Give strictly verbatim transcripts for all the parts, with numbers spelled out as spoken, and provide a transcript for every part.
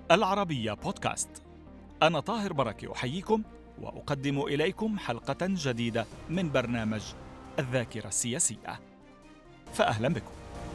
العربية بودكاست. أنا طاهر بركة أحييكم وأقدم إليكم حلقة جديدة من برنامج الذاكرة السياسية، فأهلا بكم.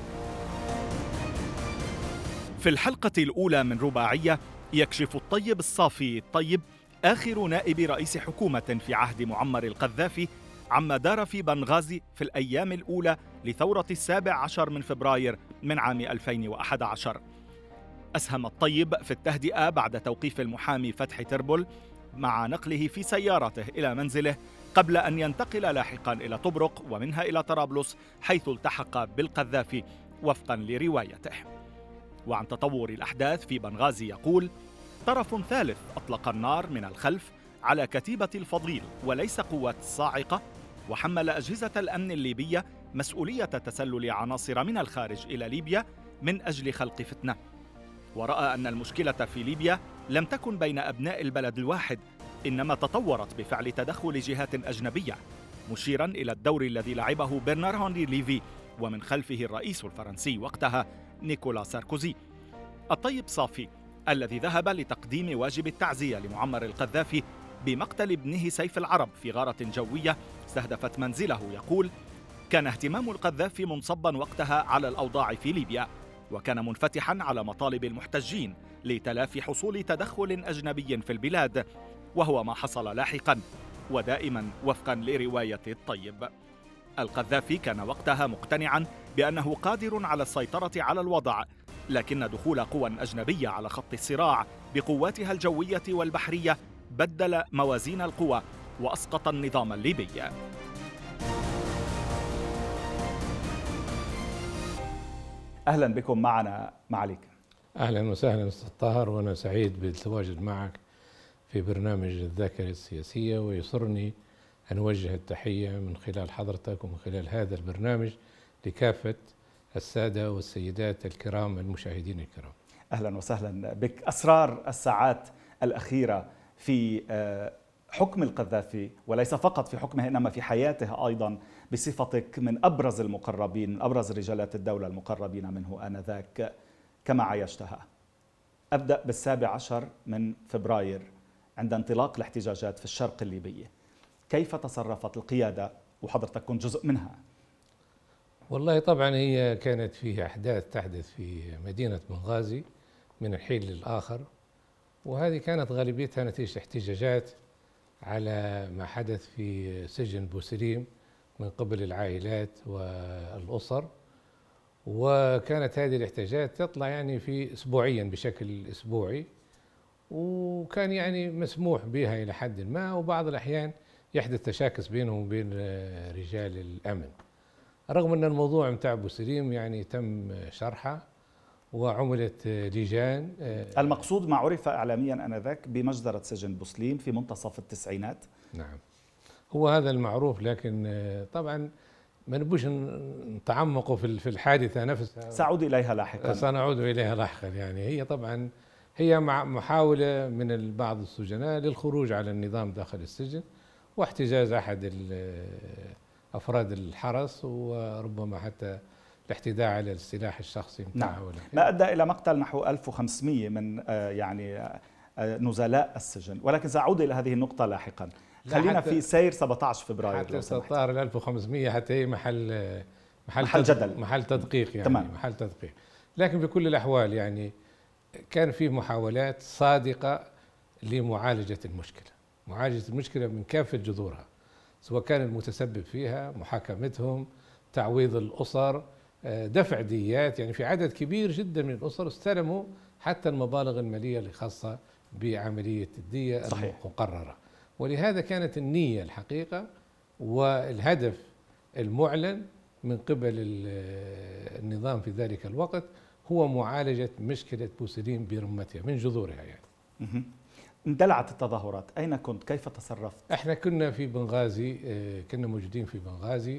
في الحلقة الأولى من رباعية يكشف الطيب الصافي الطيب آخر نائب رئيس حكومة في عهد معمر القذافي عما دار في بنغازي في الأيام الأولى لثورة السابع عشر من فبراير من عام ألفين وأحد عشر. أسهم الطيب في التهدئة بعد توقيف المحامي فتحي تربل مع نقله في سيارته إلى منزله قبل أن ينتقل لاحقاً إلى طبرق ومنها إلى طرابلس حيث التحق بالقذافي وفقاً لروايته. وعن تطور الأحداث في بنغازي يقول: طرف ثالث أطلق النار من الخلف على كتيبة الفضيل وليس قوات الصاعقة، وحمل أجهزة الأمن الليبية مسؤولية تسلل عناصر من الخارج إلى ليبيا من أجل خلق فتنة. ورأى أن المشكلة في ليبيا لم تكن بين أبناء البلد الواحد، إنما تطورت بفعل تدخل جهات أجنبية، مشيرا إلى الدور الذي لعبه برنار هنري ليفي ومن خلفه الرئيس الفرنسي وقتها نيكولا ساركوزي. الطيب صافي الذي ذهب لتقديم واجب التعزية لمعمر القذافي بمقتل ابنه سيف العرب في غارة جوية استهدفت منزله يقول: كان اهتمام القذافي منصبا وقتها على الأوضاع في ليبيا، وكان منفتحا على مطالب المحتجين لتلافي حصول تدخل أجنبي في البلاد، وهو ما حصل لاحقا ودائما وفقا لرواية الطيب. القذافي كان وقتها مقتنعا بأنه قادر على السيطرة على الوضع، لكن دخول قوى أجنبية على خط الصراع بقواتها الجوية والبحرية بدل موازين القوى وأسقط النظام الليبي. أهلا بكم معنا معاليك. أهلا وسهلا أستاذ طاهر، وأنا سعيد بالتواجد معك في برنامج الذاكرة السياسية، ويسرني أن أوجه التحية من خلال حضرتك ومن خلال هذا البرنامج لكافة السادة والسيدات الكرام المشاهدين الكرام. أهلا وسهلا بك. أسرار الساعات الأخيرة في حكم القذافي، وليس فقط في حكمه إنما في حياته أيضا بصفتك من أبرز المقربين، من أبرز رجالات الدولة المقربين منه آنذاك، كما عايشتها. أبدأ بالسابع عشر من فبراير عند انطلاق الاحتجاجات في الشرق الليبي. كيف تصرفت القيادة وحضرتك كنت جزء منها؟ والله طبعا هي كانت فيها أحداث تحدث في مدينة بنغازي من الحين للآخر، وهذه كانت غالبيتها نتيجة احتجاجات على ما حدث في سجن بوسليم من قبل العائلات والأسر. وكانت هذه الاحتجاجات تطلع يعني في أسبوعيا بشكل أسبوعي، وكان يعني مسموح بها إلى حد ما، وبعض الأحيان يحدث تشاكس بينهم وبين رجال الأمن. رغم أن الموضوع متاع بوسليم يعني تم شرحه وعملت لجان. المقصود ما عرف إعلاميا آنذاك بمجزرة سجن بوسليم في منتصف التسعينات. نعم، هو هذا المعروف، لكن طبعا ما نبوش نتعمقوا في الحادثة نفسها. سأعود إليها لاحقا. سنعود إليها لاحقا. يعني هي طبعا هي محاولة من بعض السجناء للخروج على النظام داخل السجن، واحتجاز أحد أفراد الحرس، وربما حتى الاعتداء على السلاح الشخصي متاعه. نعم. ما أدى إلى مقتل نحو ألف وخمسمئة من يعني نزلاء السجن، ولكن سأعود إلى هذه النقطة لاحقا. خلينا في سير سبعة عشر فبراير. حتى استطار ال ألف وخمسمئة حتى هي محل محل, محل جدل، محل تدقيق يعني. تمام. محل تدقيق. لكن في كل الأحوال يعني كان في محاولات صادقة لمعالجة المشكلة، معالجة المشكلة من كافة جذورها، سواء كان المتسبب فيها، محاكمتهم، تعويض الأسر، دفع ديات. يعني في عدد كبير جدا من الأسر استلموا حتى المبالغ المالية الخاصة بعملية الدية المقررة. ولهذا كانت النية الحقيقة والهدف المعلن من قبل النظام في ذلك الوقت هو معالجة مشكلة بوسليم برمتها من جذورها. يعني اندلعت التظاهرات، أين كنت؟ كيف تصرفت؟ احنا كنا في بنغازي، كنا موجودين في بنغازي،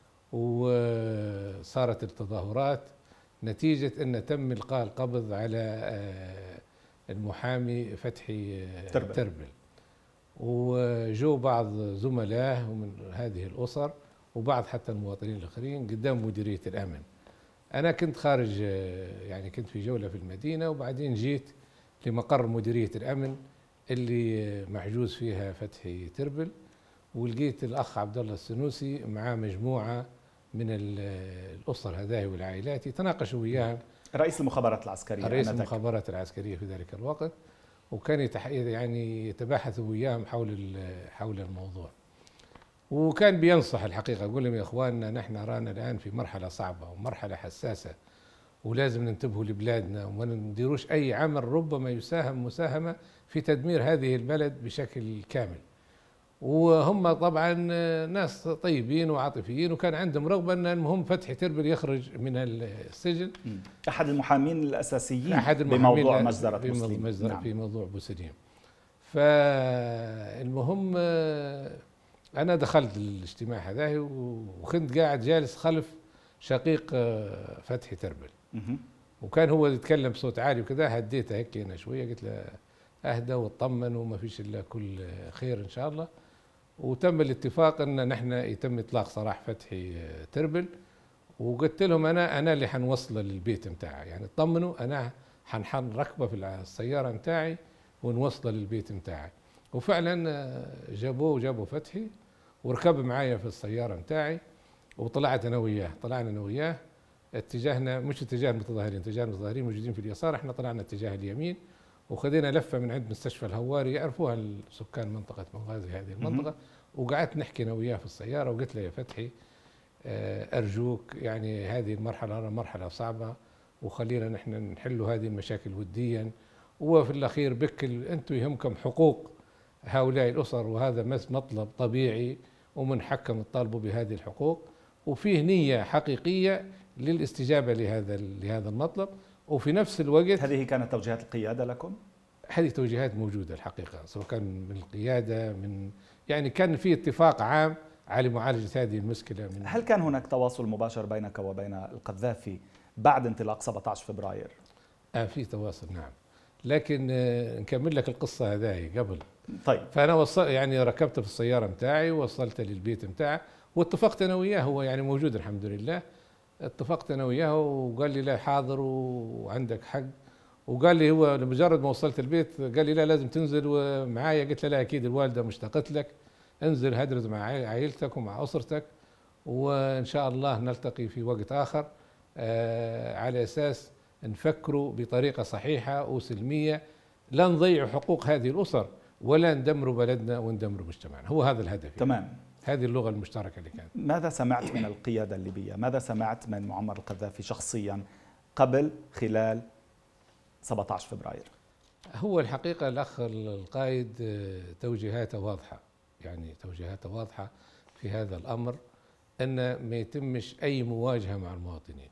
وصارت التظاهرات نتيجة أن تم إلقاء القبض على المحامي فتحي تربل, تربل. وجو بعض زملائه ومن هذه الأسر وبعض حتى المواطنين الآخرين قدام مديرية الأمن. أنا كنت خارج، يعني كنت في جولة في المدينة، وبعدين جيت لمقر مديرية الأمن اللي محجوز فيها فتحي تربل، ولقيت الأخ عبد الله السنوسي مع مجموعة من الأسر هذه والعائلات يتناقشوا وياهم. رئيس المخابرات العسكرية رئيس المخابرات العسكرية في ذلك الوقت، وكان يعني يتباحثوا وياهم حول حول الموضوع، وكان بينصح الحقيقة، يقول لهم يا إخواننا نحن رانا الآن في مرحلة صعبة ومرحلة حساسة، ولازم ننتبهوا لبلادنا وما نديروش أي عمل ربما يساهم مساهمة في تدمير هذه البلد بشكل كامل. وهم طبعا ناس طيبين وعاطفيين، وكان عندهم رغبة أن المهم فتحي تربل يخرج من السجن. أحد المحامين الأساسيين أحد بموضوع مجزرة بوسليم. نعم. في موضوع بوسليم. فالمهم أنا دخلت الاجتماع هذا وكنت قاعد جالس خلف شقيق فتحي تربل، وكان هو يتكلم بصوت عالي وكذا، هديته هيك أنا شوية، قلت له أهدى واطمن وما فيش إلا كل خير إن شاء الله. وتم الاتفاق أن نحن يتم إطلاق سراح فتحي تربل، وقلت لهم أنا أنا اللي حنوصله للبيت متاعه، يعني اطمنوا أنا حنركبه في السيارة متاعي ونوصله للبيت متاعي. وفعلا جابوه وجابوا فتحي وركب معايا في السيارة متاعي، وطلعت أنا وياه، طلعنا أنا وياه اتجاهنا مش اتجاه المتظاهرين، اتجاه المتظاهرين موجودين في اليسار، احنا طلعنا اتجاه اليمين، وخذينا لفة من عند مستشفى الهواري، يعرفوها سكان منطقة بنغازي هذه المنطقة، وقعدت نحكي أنا وياه في السيارة، وقلت له يا فتحي أرجوك يعني هذه المرحلة مرحلة صعبة، وخلينا نحن نحل هذه المشاكل وديا، وفي الأخير بكل أنتم يهمكم حقوق هؤلاء الأسر، وهذا مطلب طبيعي ومن حقكم تطالبوا بهذه الحقوق، وفيه نية حقيقية للاستجابة لهذا لهذا المطلب. وفي نفس الوقت هذه كانت توجيهات القيادة لكم؟ هذه توجيهات موجودة الحقيقة، سواء كان من القيادة من يعني كان في اتفاق عام على معالجة هذه المشكلة. من هل كان هناك تواصل مباشر بينك وبين القذافي بعد انطلاق سبعة عشر فبراير؟ آه في تواصل نعم، لكن آه نكمل لك القصة هذه قبل. طيب. فأنا وصل يعني ركبت في السيارة متاعي ووصلت للبيت متاعه، واتفقت أنا وياه، هو يعني موجود الحمد لله، اتفقت أنا وياه وقال لي لا حاضر وعندك حق، وقال لي هو لمجرد ما وصلت البيت قال لي لا لازم تنزل معايا، قلت له لا أكيد الوالدة مشتاقت لك، انزل هدرز مع عائلتك ومع أسرتك، وإن شاء الله نلتقي في وقت آخر آه على أساس نفكروا بطريقة صحيحة وسلمية، لا نضيع حقوق هذه الأسر ولا ندمروا بلدنا وندمروا مجتمعنا، هو هذا الهدف. تمام. هذه اللغة المشتركة اللي كانت. ماذا سمعت من القيادة الليبية؟ ماذا سمعت من معمر القذافي شخصيا قبل خلال سبعة عشر فبراير؟ هو الحقيقة الأخ القائد توجيهاته واضحة، يعني توجيهاته واضحة في هذا الأمر، أن ما يتمش أي مواجهة مع المواطنين،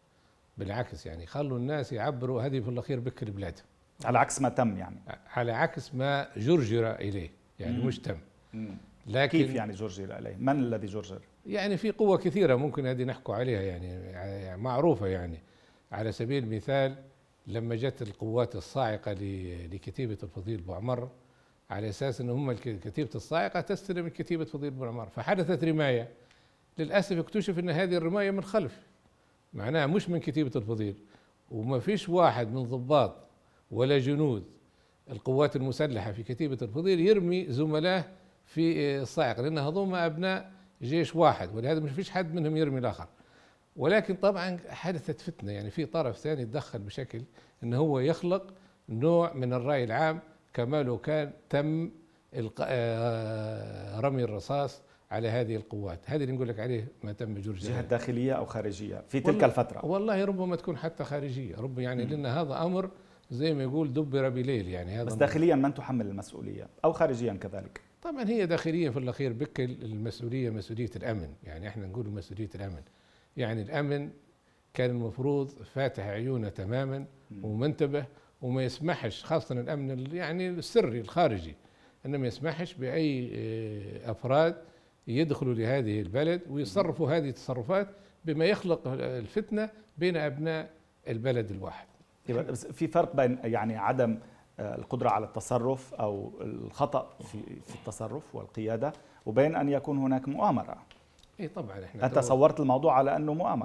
بالعكس يعني خلوا الناس يعبروا، هذه في الأخير بكل بلادهم، على عكس ما تم، يعني على عكس ما جرجر إليه، يعني مم. مش تم. مم. لكن كيف يعني جرجر عليه؟ من الذي جرجر؟ يعني في قوة كثيرة ممكن هذه نحكوا عليها، يعني معروفة، يعني على سبيل المثال لما جت القوات الصاعقة لكتيبة الفضيل بوعمر على أساس أن هم كتيبة الصاعقة تستلم من كتيبة فضيل بوعمر، فحدثت رماية، للأسف اكتشف أن هذه الرماية من خلف، معناها مش من كتيبة الفضيل، وما فيش واحد من ضباط ولا جنود القوات المسلحة في كتيبة الفضيل يرمي زملائه في الصاعقة، لأن هذوم أبناء جيش واحد، ولهذا مش فيش حد منهم يرمي الآخر. ولكن طبعا حدثت فتنة، يعني في طرف ثاني تدخل بشكل أنه هو يخلق نوع من الرأي العام كما لو كان تم رمي الرصاص على هذه القوات. هذه اللي نقول لك عليه ما تم جرجر. جهة داخلية أو خارجية في تلك الفترة؟ والله ربما تكون حتى خارجية، ربما يعني م. لأن هذا أمر زي ما يقول دبر بليل، يعني هذا بس داخليا من تحمل المسؤولية أو خارجيا كذلك؟ طبعا هي داخليا في الأخير بكل المسؤولية مسؤولية الأمن، يعني احنا نقول مسؤولية الأمن، يعني الأمن كان المفروض فاتح عيونه تماما ومنتبه، وما يسمحش، خاصة الأمن يعني السري الخارجي، أنه ما يسمحش بأي أفراد يدخلوا لهذه البلد ويصرفوا هذه التصرفات بما يخلق الفتنة بين أبناء البلد الواحد. في فرق بين يعني عدم القدرة على التصرف أو الخطأ في في التصرف والقيادة وبين أن يكون هناك مؤامرة. اي طبعا احنا أنت صورت الموضوع على أنه مؤامرة.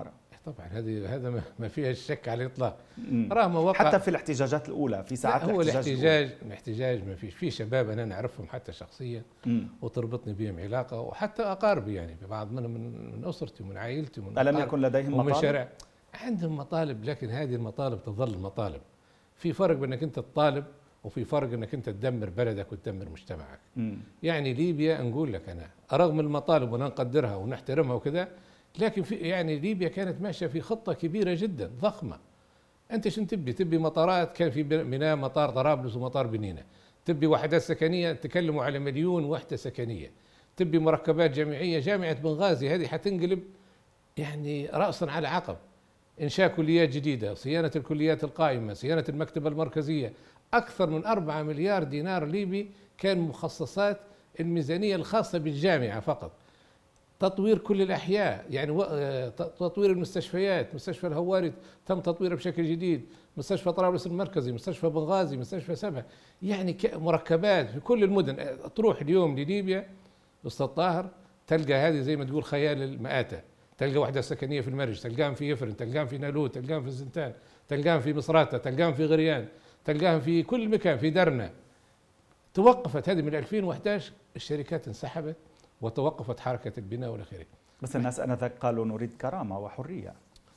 طبعا هذه هذا ما فيها الشك على الاطلاق. رغم وقع حتى في الاحتجاجات الاولى في ساعات هو الاحتجاج الاحتجاج الاحتجاج ما فيش، في شباب انا نعرفهم حتى شخصيا مم. وتربطني بهم علاقه، وحتى اقاربي يعني بعض منهم من, من اسرتي ومن عائلتي ومن ألم يكن لديهم ومن مطالب؟ شارع عندهم مطالب، لكن هذه المطالب تظل مطالب. في فرق بينك انت تطالب وفي فرق انك انت تدمر بلدك وتدمر مجتمعك. مم. يعني ليبيا نقول لك انا رغم المطالب ونقدرها ونحترمها وكذا، لكن في يعني ليبيا كانت ماشيه في خطه كبيره جدا ضخمه. انت شنو تبي؟ تبي مطارات، كان في ميناء مطار طرابلس ومطار بنينه. تبي وحدات سكنيه، تكلموا على مليون وحده سكنيه. تبي مركبات جامعيه، جامعه بنغازي هذه حتنقلب يعني راسا على عقب. انشاء كليات جديده، صيانه الكليات القائمه، صيانه المكتبه المركزيه. اكثر من أربعة مليار دينار ليبي كان مخصصات الميزانيه الخاصه بالجامعه فقط. تطوير كل الأحياء، يعني تطوير المستشفيات، مستشفى الهواري تم تطويره بشكل جديد، مستشفى طرابلس المركزي، مستشفى بنغازي، مستشفى سبع، يعني مركبات في كل المدن. تروح اليوم لليبيا أستاذ طاهر تلقى هذه زي ما تقول خيال المآتة، تلقى وحدة سكنية في المرج، تلقاهم في يفرن، تلقاهم في نالوت، تلقاهم في الزنتان، تلقاهم في مصراتة، تلقاهم في غريان، تلقاهم في كل مكان، في درنا. توقفت هذه من ألفين وأحد عشر، الشركات انسحبت وتوقفت حركة البناء والخير. بس الناس انذاك قالوا نريد كرامة وحرية.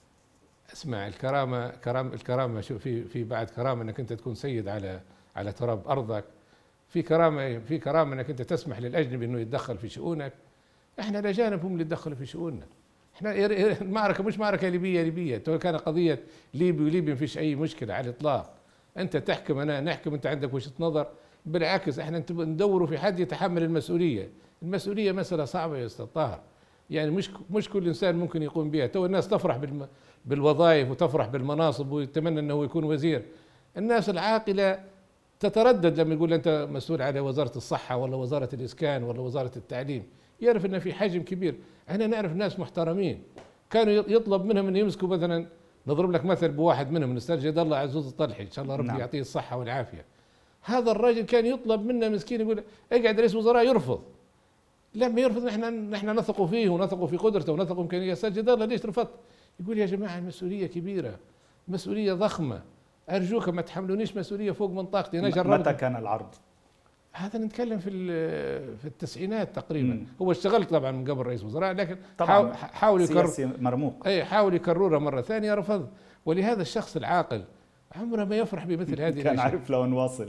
اسمع، الكرامة كرام الكرامة شو في في بعد كرامة انك انت تكون سيد على على تراب ارضك. في كرامة في كرامة انك انت تسمح للاجنبي انه يتدخل في شؤونك. احنا الاجانب هم اللي يتدخلوا في شؤوننا. احنا المعركة مش معركة ليبية ليبية، تو كان قضية ليبي وليبي ما فيش اي مشكلة على الاطلاق. انت تحكم انا نحكم، انت عندك وجهة نظر، بالعكس احنا ندوروا في حد يتحمل المسؤولية. المسؤولية مسألة صعبة يا أستاذ طاهر، يعني مش مش كل إنسان ممكن يقوم بها. تو الناس تفرح بالوظائف وتفرح بالمناصب ويتمنى أنه يكون وزير. الناس العاقلة تتردد لما يقول أنت مسؤول على وزارة الصحة ولا وزارة الإسكان ولا وزارة التعليم، يعرف أن في حجم كبير. احنا نعرف ناس محترمين كانوا يطلب منهم أن يمسكوا، مثلا نضرب لك مثل بواحد منهم الأستاذ جد الله عزوز الطلحي، إن شاء الله ربي نعم. يعطيه الصحة والعافية. هذا الرجل كان يطلب منا مسكين، يقول اقعد رئيس وزراء، يرفض. لما يرفض نحن نحن نثق فيه ونثق في قدرته ونثق امكانياته. سجد الله ليش رفضت؟ يقول يا جماعه المسؤوليه كبيره، مسؤوليه ضخمه، ارجوك ما تحملونيش مسؤوليه فوق من طاقتي. انا جربت. متى كان العرض؟ هذا نتكلم في في التسعينات تقريبا. مم. هو اشتغلت طبعا من قبل رئيس وزراء، لكن طبعا حاول يكرر سياسي مرموق. اي حاول يكررها مره ثانيه، رفض. ولهذا الشخص العاقل عمره ما يفرح بمثل هذه كان عارف لو نواصل.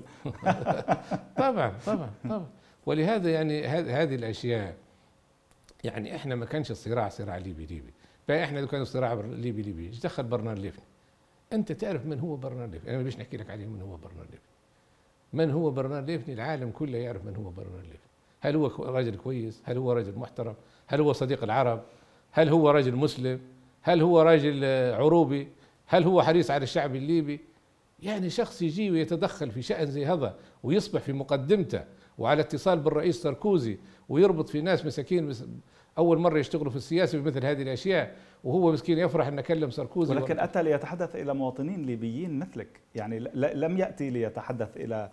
طبعا طبعا طبعا. ولهذا يعني هذه الاشياء، يعني احنا ما كانش الصراع صراع ليبي ليبي، فاحنا لو كان الصراع ليبي ليبي ايش دخل برنار ليفني؟ انت تعرف من هو برنار ليفني؟ انا ليش نحكي لك عليه من هو برنار ليفني؟ من هو برنار ليفني؟ العالم كله يعرف من هو برنار ليفني. هل هو رجل كويس؟ هل هو رجل محترم؟ هل هو صديق العرب؟ هل هو رجل مسلم؟ هل هو رجل عروبي؟ هل هو حريص على الشعب الليبي؟ يعني شخص يجي ويتدخل في شأن زي هذا ويصبح في مقدمته وعلى اتصال بالرئيس ساركوزي ويربط في ناس مساكين أول مرة يشتغلوا في السياسة بمثل هذه الأشياء، وهو مسكين يفرح أن كلم ساركوزي. ولكن أتى ليتحدث إلى مواطنين ليبيين مثلك، يعني لم يأتي ليتحدث إلى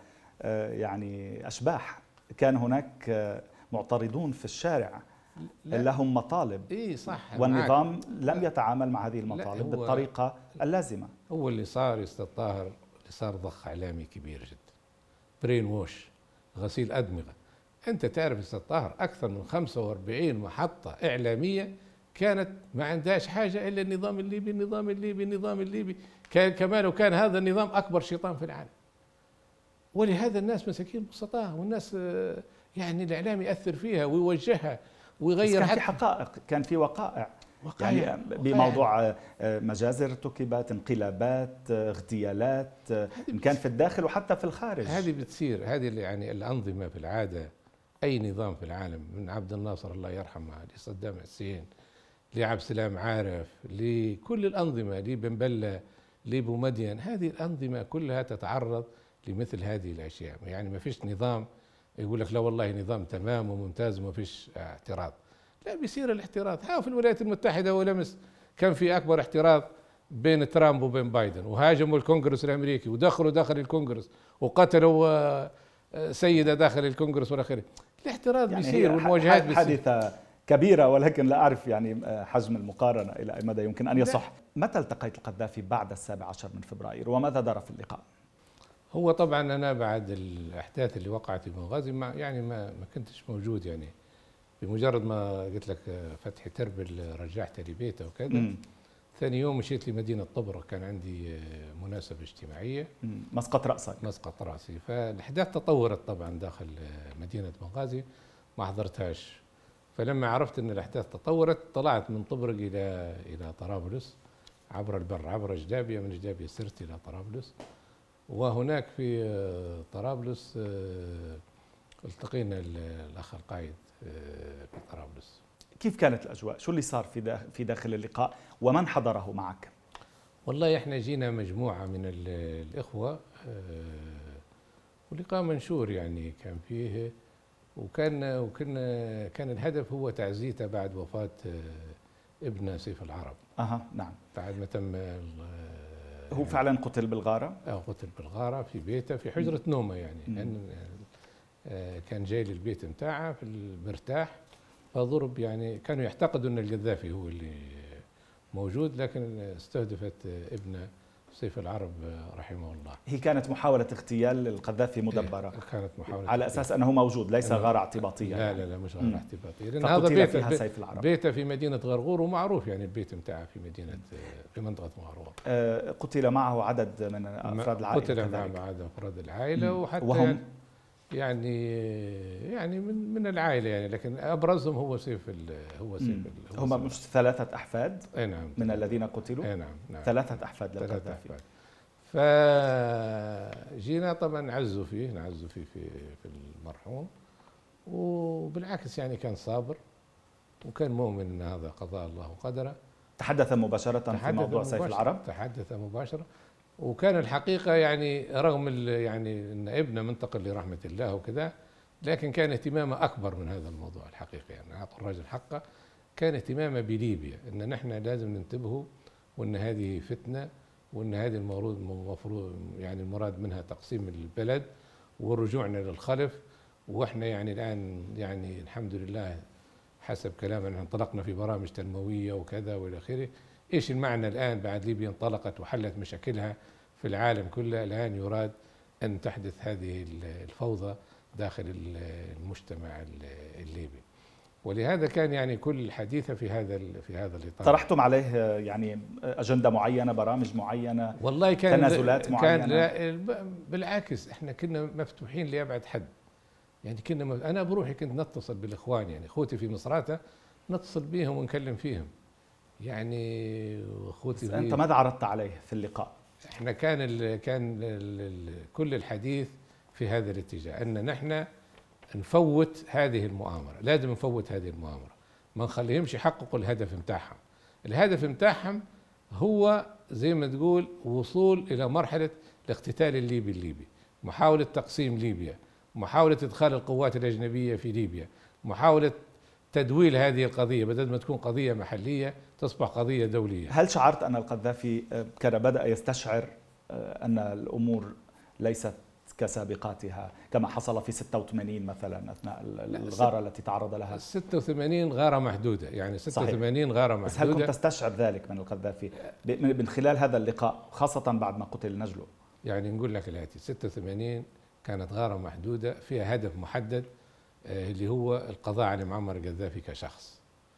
يعني أشباح. كان هناك معترضون في الشارع لا. لهم مطالب. إيه صح، والنظام معك. لم يتعامل مع هذه المطالب بالطريقة اللازمة. هو اللي صار يا أستاذ طاهر، اللي صار ضخ إعلامي كبير جدا، برين ووش، غسيل أدمغة. أنت تعرف أستاذ طاهر أكثر من خمسة وأربعين محطة إعلامية كانت ما عندهاش حاجة إلا النظام الليبي النظام الليبي النظام الليبي. كان كمان وكان هذا النظام أكبر شيطان في العالم. ولهذا الناس مساكين بسطاء، والناس يعني الإعلام يأثر فيها ويوجهها ويغير. كان في حقائق، كان في وقائع, وقائع يعني وقائع. بموضوع مجازر ارتكبت، انقلابات، اغتيالات، إن كان في الداخل وحتى في الخارج. هذه بتصير، هذه يعني الأنظمة في العادة، أي نظام في العالم من عبد الناصر الله يرحمه لصدام حسين لعبد السلام عارف لكل الأنظمة لبن بلة لبو مدين، هذه الأنظمة كلها تتعرض لمثل هذه الأشياء. يعني ما فيش نظام يقول لك لا والله نظام تمام وممتاز وما فيش اعتراض، لا بيصير الاعتراض. ها في الولايات المتحدة ولمس كان في أكبر اعتراض بين ترامب وبين بايدن، وهاجموا الكونغرس الأمريكي ودخلوا داخل الكونغرس وقتلوا سيدة داخل الكونغرس والآخره. الاعتراض يعني بيصير والمواجهات بيصير. حادثة كبيرة، ولكن لا أعرف يعني حجم المقارنة إلى أي مدى يمكن أن يصح. متى التقيت القذافي بعد السابع عشر من فبراير وماذا دار في اللقاء؟ هو طبعا أنا بعد الأحداث اللي وقعت في بنغازي ما يعني ما ما كنتش موجود، يعني بمجرد ما قلت لك فتحي تربل رجعت لبيته وكذا. مم. ثاني يوم مشيت لمدينة طبرق، كان عندي مناسبة اجتماعية. مم. مسقط رأسك. مسقط رأسي. فالأحداث تطورت طبعا داخل مدينة بنغازي ما حضرتهاش. فلما عرفت أن الأحداث تطورت طلعت من طبرق إلى إلى طرابلس عبر البر، عبر جدابية، من جدابية سرت إلى طرابلس. وهناك في طرابلس التقينا الأخ القائد في طرابلس. كيف كانت الأجواء؟ شو اللي صار في في داخل اللقاء ومن حضره معك؟ والله احنا جينا مجموعة من الإخوة، ولقاء منشور يعني كان فيه، وكان وكنا كان الهدف هو تعزيته بعد وفاة ابنه سيف العرب. اها نعم. بعد ما تم هو فعلا قتل بالغارة؟ اه قتل بالغارة في بيته في حجرة نومه، يعني لأن كان جاي للبيت متاعه في المرتاح فضرب. يعني كانوا يعتقدوا أن القذافي هو اللي موجود، لكن استهدفت ابنه سيف العرب رحمه الله. هي كانت محاولة اغتيال للقذافي مدبرة؟ كانت محاولة على أساس أنه موجود، ليس غارة اعتباطية؟ لا لا لا مش غارة اعتباطية، لأن هذا بيت فيها سيف العرب. بيته في مدينة غرغور، ومعروف يعني البيت متاعه في مدينة في منطقة غرغور. أه قتل معه عدد من أفراد العائلة؟ قتل معه عدد أفراد العائلة، وحتى وهم يعني يعني من من العائلة يعني، لكن أبرزهم هو سيف هو سيف هم مش ثلاثة أحفاد؟ أي نعم. من الذين قتلوا؟ أي نعم نعم. ثلاثة أحفاد للقذافي. فجينا طبعا نعزوا فيه نعزوا فيه في في المرحوم، وبالعكس يعني كان صابر وكان مؤمن ان هذا قضاء الله وقدره. تحدث مباشرة تحدث في موضوع مباشرة سيف العرب؟ تحدث مباشرة، وكان الحقيقة يعني رغم يعني ان ابنه منتقل لرحمة الله وكذا، لكن كان اهتمامه اكبر من هذا الموضوع الحقيقي. يعني اعطوا الرجل حقه، كان اهتمامه بليبيا، ان نحن لازم ننتبهوا وان هذه فتنة، وان هذه المفروض المفروض يعني المراد منها تقسيم البلد ورجوعنا للخلف. واحنا يعني الان يعني الحمد لله حسب كلامنا انطلقنا في برامج تنمويه وكذا والى اخره. ايش المعنى الان بعد ليبيا انطلقت وحلت مشاكلها في العالم كله، الان يراد ان تحدث هذه الفوضى داخل المجتمع الليبي. ولهذا كان يعني كل الحديث في هذا في هذا الاطار. طرحتم عليه يعني اجنده معينه، برامج معينه، والله كان تنازلات معينه؟ كان بالعكس احنا كنا مفتوحين لابعد حد. يعني كنا انا بروحي كنت نتصل بالاخوان، يعني اخوتي في مصراته نتصل بهم ونكلم فيهم. يعني اخوتي انت ماذا عرضت عليه في اللقاء؟ احنا كان ال كان ال كل الحديث في هذا الاتجاه، ان نحن نفوت هذه المؤامرة، لازم نفوت هذه المؤامرة، ما نخليهمش يحققوا الهدف متاعهم. الهدف متاعهم هو زي ما تقول وصول إلى مرحلة الاقتتال الليبي الليبي، محاولة تقسيم ليبيا، محاولة إدخال القوات الأجنبية في ليبيا، محاولة تدويل هذه القضية بدل ما تكون قضية محلية تصبح قضية دولية. هل شعرت أن القذافي كان بدأ يستشعر أن الأمور ليست كسابقاتها كما حصل في ستة وثمانين مثلا أثناء الغارة التي تعرض لها؟ ستة وثمانين غارة محدودة، يعني ستة وثمانين صحيح. غارة محدودة. بس هل كنت تستشعر ذلك من القذافي من خلال هذا اللقاء خاصة بعد ما قتل نجله؟ يعني نقول لك الآتي، ستة وثمانين كانت غارة محدودة فيها هدف محدد اللي هو القضاء على معمر القذافي كشخص،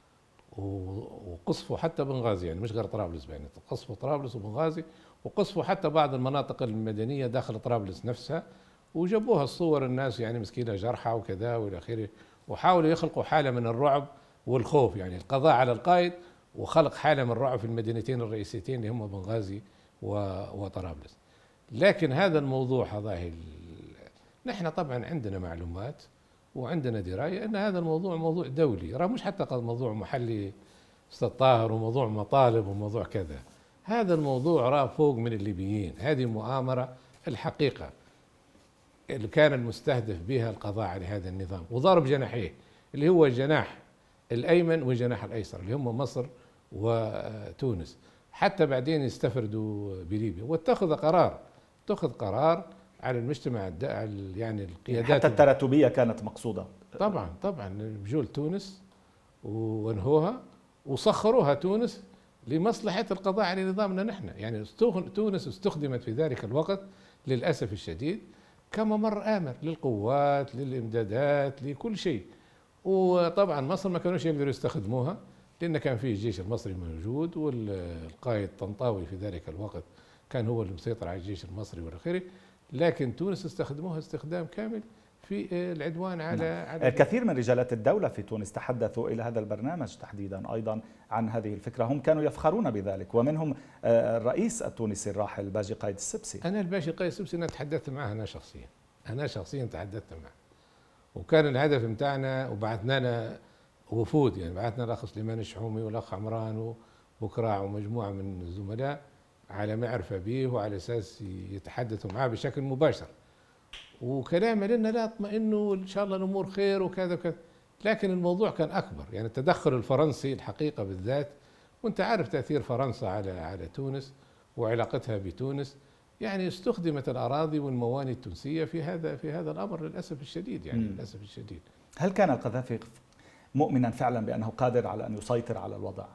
وقصفوا حتى بنغازي، يعني مش غير طرابلس، يعني قصفوا طرابلس وبنغازي، وقصفوا حتى بعض المناطق المدنية داخل طرابلس نفسها، وجابوها الصور الناس يعني مسكينة جرحى وكذا والى اخره، وحاولوا يخلقوا حالة من الرعب والخوف، يعني القضاء على القائد وخلق حالة من الرعب في المدينتين الرئيسيتين اللي هم بنغازي وطرابلس. لكن هذا الموضوع هذا نحن طبعا عندنا معلومات وعندنا دراية ان هذا الموضوع موضوع دولي، راه مش حتى موضوع محلي استاذ طاهر وموضوع مطالب وموضوع كذا. هذا الموضوع راه فوق من الليبيين، هذه مؤامرة الحقيقة اللي كان المستهدف بها القضاء على هذا النظام، وضرب جناحيه اللي هو الجناح الأيمن والجناح الأيسر اللي هم مصر وتونس، حتى بعدين يستفردوا بليبيا. واتخذ قرار اتخذ قرار على المجتمع يعني القيادات، حتى التراتبية كانت مقصودة طبعا طبعا بجول تونس وانهوها وسخروها تونس لمصلحة القضاء على نظامنا نحن. يعني تونس استخدمت في ذلك الوقت للأسف الشديد كممر آمن للقوات، للإمدادات، لكل شيء. وطبعا مصر ما كانوش يقدروا يستخدموها لأن كان فيه الجيش المصري موجود، والقائد طنطاوي في ذلك الوقت كان هو اللي مسيطر على الجيش المصري والى اخره. لكن تونس استخدموها استخدام كامل في العدوان على, نعم. على الكثير من رجالات الدولة في تونس تحدثوا إلى هذا البرنامج تحديدا أيضا عن هذه الفكرة، هم كانوا يفخرون بذلك، ومنهم الرئيس التونسي الراحل باجي قايد السبسي. أنا الباشي قايد السبسي أنا تحدثت معه، أنا شخصيا أنا شخصيا تحدثت معه، وكان الهدف متاعنا وبعثنا له وفود، يعني بعثنا الأخ سليمان الشحومي والأخ عمران وبكراع ومجموعة من الزملاء على معرفة به وعلى أساس يتحدثوا معه بشكل مباشر، وكلامه لنا لا اطمئنوا إن شاء الله الأمور خير وكذا وكذا. لكن الموضوع كان أكبر، يعني التدخل الفرنسي الحقيقة بالذات، وأنت عارف تأثير فرنسا على على تونس وعلاقتها بتونس، يعني استخدمت الأراضي والموانئ التونسية في هذا في هذا الأمر للأسف الشديد، يعني م. للأسف الشديد. هل كان القذافي مؤمنا فعلا بأنه قادر على أن يسيطر على الوضع؟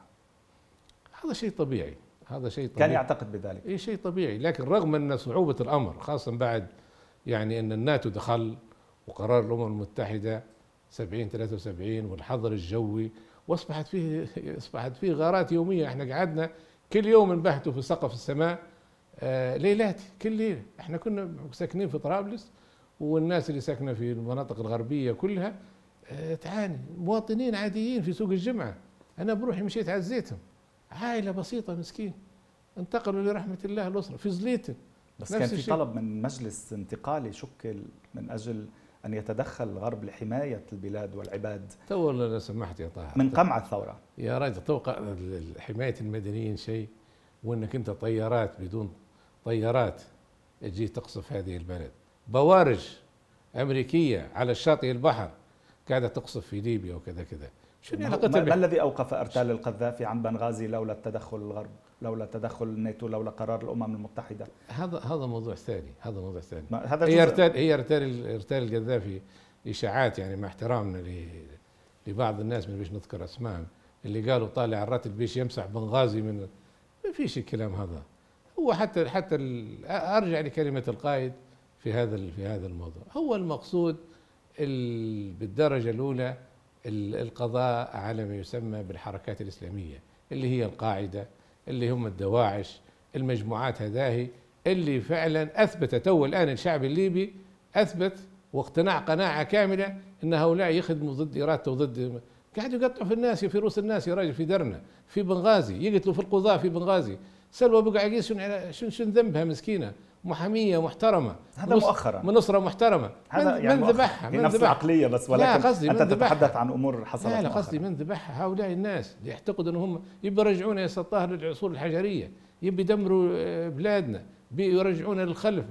هذا شيء طبيعي، هذا شيء طبيعي، كان يعتقد بذلك. اي شيء طبيعي، لكن رغم ان صعوبة الامر خاصة بعد يعني ان الناتو دخل وقرار الامم المتحدة سبعين ثلاثة وسبعين والحظر الجوي، واصبحت فيه اصبحت فيه غارات يومية. احنا قعدنا كل يوم نبهتوا في سقف السماء آه ليلات، كل ليلة. احنا كنا ساكنين في طرابلس، والناس اللي ساكنة في المناطق الغربية كلها آه تعاني، مواطنين عاديين في سوق الجمعة. انا بروحي مشيت عزيتهم، عائلة بسيطة مسكين انتقلوا لرحمة الله الأسرة في زليتن. بس كان في الشيء. طلب من مجلس انتقالي شكل من أجل أن يتدخل الغرب لحماية البلاد والعباد. تو لو سمحت يا طه، من قمع الثورة يا راجل، تو حماية المدنيين شيء، وأنك أنت طيارات بدون طيارات تجي تقصف هذه البلد، بوارج أمريكية على الشاطئ البحر قاعدة تقصف في ليبيا وكذا كذا. شنو ما, ما الذي أوقف إرتال القذافي عن بنغازي لولا التدخل الغرب، لولا تدخل الناتو، لولا قرار الأمم المتحدة؟ هذا هذا موضوع ثاني، هذا موضوع ثاني. هذا هي ارتال هي ارتال ارتال القذافي إشاعات، يعني مع احترامنا لبعض الناس من بيش نذكر أسمائهم اللي قالوا طالع الراتب بيش يمسح بنغازي من، ما فيش الكلام هذا. هو حتى حتى أرجع لكلمة القائد في هذا في هذا الموضوع، هو المقصود بالدرجة الأولى القضاء على ما يسمى بالحركات الإسلامية، اللي هي القاعدة، اللي هم الدواعش، المجموعات هذه اللي فعلا أثبتت تو الآن الشعب الليبي أثبت واقتناع قناعة كاملة أن هؤلاء يخدموا ضد إرادته وضد، قاعدوا يقطعوا في الناس، في رؤوس الناس يا راجل، في درنا، في بنغازي، يقتلوا في القضاة في بنغازي. سلوى بقعقيس شن شن ذنبها مسكينة، محامية محترمة، هذا مؤخرا من أسرة محترمة، هذا من, يعني من ذبحها، من نفس العقلية بس، ولكن أنت تتحدث عن أمور حصلت. لا لا قصدي من ذبحها هؤلاء الناس اللي يعتقدوا أنهم يبي يرجعونا يا سطاه للعصور الحجرية، يبي يدمروا بلادنا، بيرجعونا للخلف،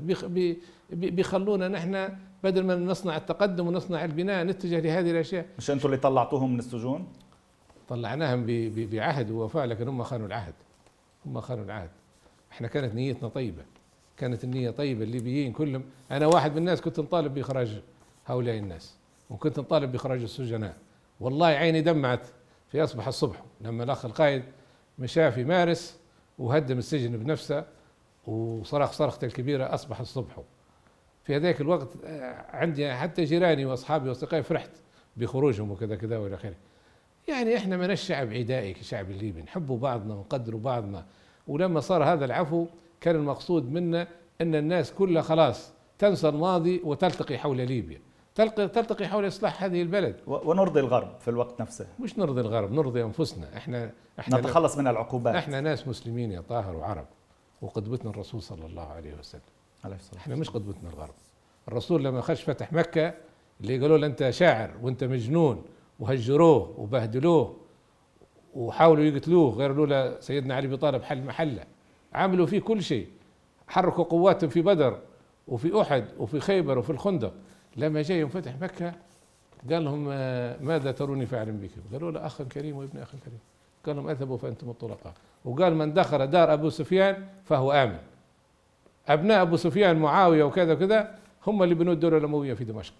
بيخلونا نحن بدل ما نصنع التقدم ونصنع البناء نتجه لهذه الأشياء. مش أنتوا اللي طلعتوهم من السجون؟ طلعناهم بعهد ووفاء، لكن هم خانوا العهد، هم خانوا العهد. احنا كانت نيتنا طيبة، كانت النية طيبة، الليبيين كلهم. أنا واحد من الناس كنت نطالب بإخراج هؤلاء الناس، وكنت نطالب بإخراج السجناء. والله عيني دمعت في أصبح الصبح لما الأخ القائد مشى في مارس وهدم السجن بنفسه وصرخ صرخته الكبيرة أصبح الصبح. في هذاك الوقت عندي حتى جيراني وأصحابي وأصدقائي فرحت بخروجهم وكذا كذا وإلى آخره. يعني إحنا من الشعب عدائي كشعب الليبي، نحبوا بعضنا ونقدروا بعضنا. ولما صار هذا العفو كان المقصود منا أن الناس كلها خلاص تنسى الماضي وتلتقي حول ليبيا، تلتقي حول إصلاح هذه البلد، ونرضي الغرب في الوقت نفسه. مش نرضي الغرب، نرضي أنفسنا. إحنا إحنا نتخلص من العقوبات. إحنا ناس مسلمين يا طاهر وعرب، وقدوتنا الرسول صلى الله عليه وسلم. إحنا مش قدوتنا الغرب. الرسول لما خش فتح مكة اللي قالوا له أنت شاعر وأنت مجنون، وهجروه وبهدلوه وحاولوا يقتلوه، غير لولا سيدنا علي بن طالب حل محله، عملوا فيه كل شيء، حركوا قواتهم في بدر وفي أحد وفي خيبر وفي الخندق. لما جاء يوم فتح مكة قال لهم ماذا تروني فاعلا بكم؟ قالوا له أخ كريم وابن أخ كريم. قال لهم اذهبوا فأنتم الطلقاء. وقال من دخل دار أبو سفيان فهو آمن. أبناء أبو سفيان معاوية وكذا وكذا هم اللي بنوا الدولة الأموية في دمشق،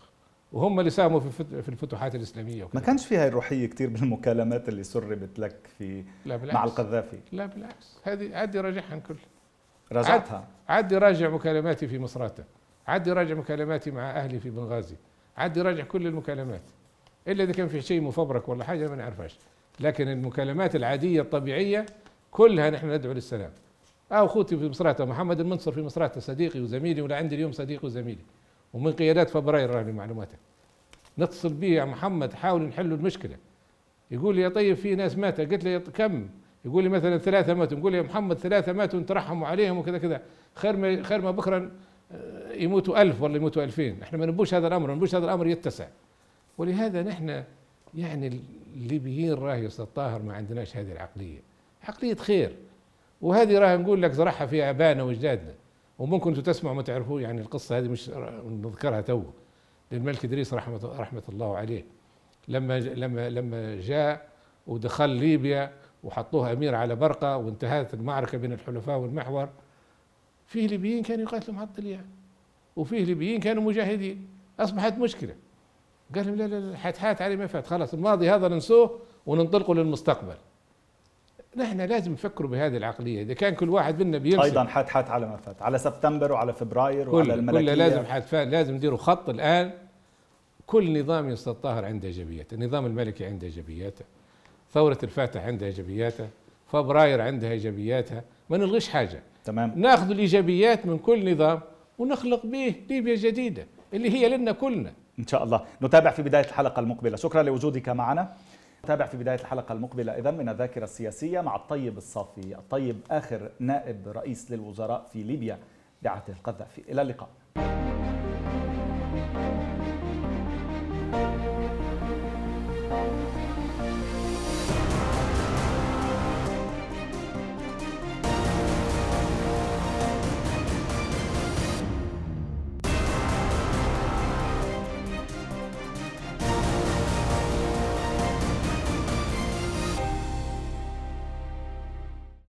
وهم اللي ساهموا في الفتوحات الإسلامية وكذا. ما كانش فيها الروحية كتير بالمكالمات اللي سربت لك في مع القذافي؟ لا بالعكس، هذه عدي راجعها كل راجعتها. عدي راجع مكالماتي في مصراتة، عدي راجع مكالماتي مع أهلي في بنغازي، عدي راجع كل المكالمات، إلا إذا كان في شيء مفبرك ولا حاجة ما نعرفهاش. لكن المكالمات العادية الطبيعية كلها نحن ندعو للسلام. أو أخوتي في مصراتة، محمد المنصر في مصراتة صديقي وزميلي، ولا عندي اليوم صديقي وزميلي، ومن قيادات فبراير راني معلوماتك. نتصل به يا محمد حاول نحل المشكلة. يقول لي يا طيب في ناس ماتت، قلت له كم؟ يقول لي مثلا ثلاثة ماتوا. نقول يا محمد ثلاثة ماتوا نترحموا عليهم وكذا كذا، خير ما خير ما بكرة يموتوا ألف ولا يموتوا ألفين. احنا ما نبوش هذا الأمر، ما نبوش هذا الأمر يتسع. ولهذا نحن يعني الليبيين راه يا أستاذ طاهر ما عندناش هذه العقلية، عقلية خير. وهذه راه نقول لك زرعها في آبائنا وأجدادنا، وممكن انتم تسمعوا ما تعرفوا يعني القصة هذه مش نذكرها تو للملك إدريس رحمة رحمة الله عليه، لما لما لما جاء ودخل ليبيا وحطوه أمير على برقة وانتهت المعركة بين الحلفاء والمحور، فيه ليبيين كانوا يقاتلوا مع الطليان وفيه ليبيين كانوا مجاهدين. أصبحت مشكلة، قال لهم لا لا لا حات حات علي ما فات، خلاص الماضي هذا ننسوه وننطلقوا للمستقبل. نحن لازم نفكروا بهذه العقلية. إذا كان كل واحد منا بيمسك أيضا حات حات على ما فات، على سبتمبر وعلى فبراير وعلى الملكية، كل لازم حات فات، لازم نديروا خط الآن. كل نظام يا أستاذ طاهر عنده إيجابياته، النظام الملكي عنده إيجابياته، ثورة الفاتح عندها إيجابياتها، فبراير عندها إيجابياتها، ما نلغيش حاجة. تمام. ناخذ الإيجابيات من كل نظام ونخلق به ليبيا جديدة اللي هي لنا كلنا إن شاء الله. نتابع في بداية الحلقة المقبلة. شكرا لوجودك معنا. نتابع في بداية الحلقة المقبلة إذن من الذاكرة السياسية مع الطيب الصافي. الطيب آخر نائب رئيس للوزراء في ليبيا بعهد القذافي. إلى اللقاء.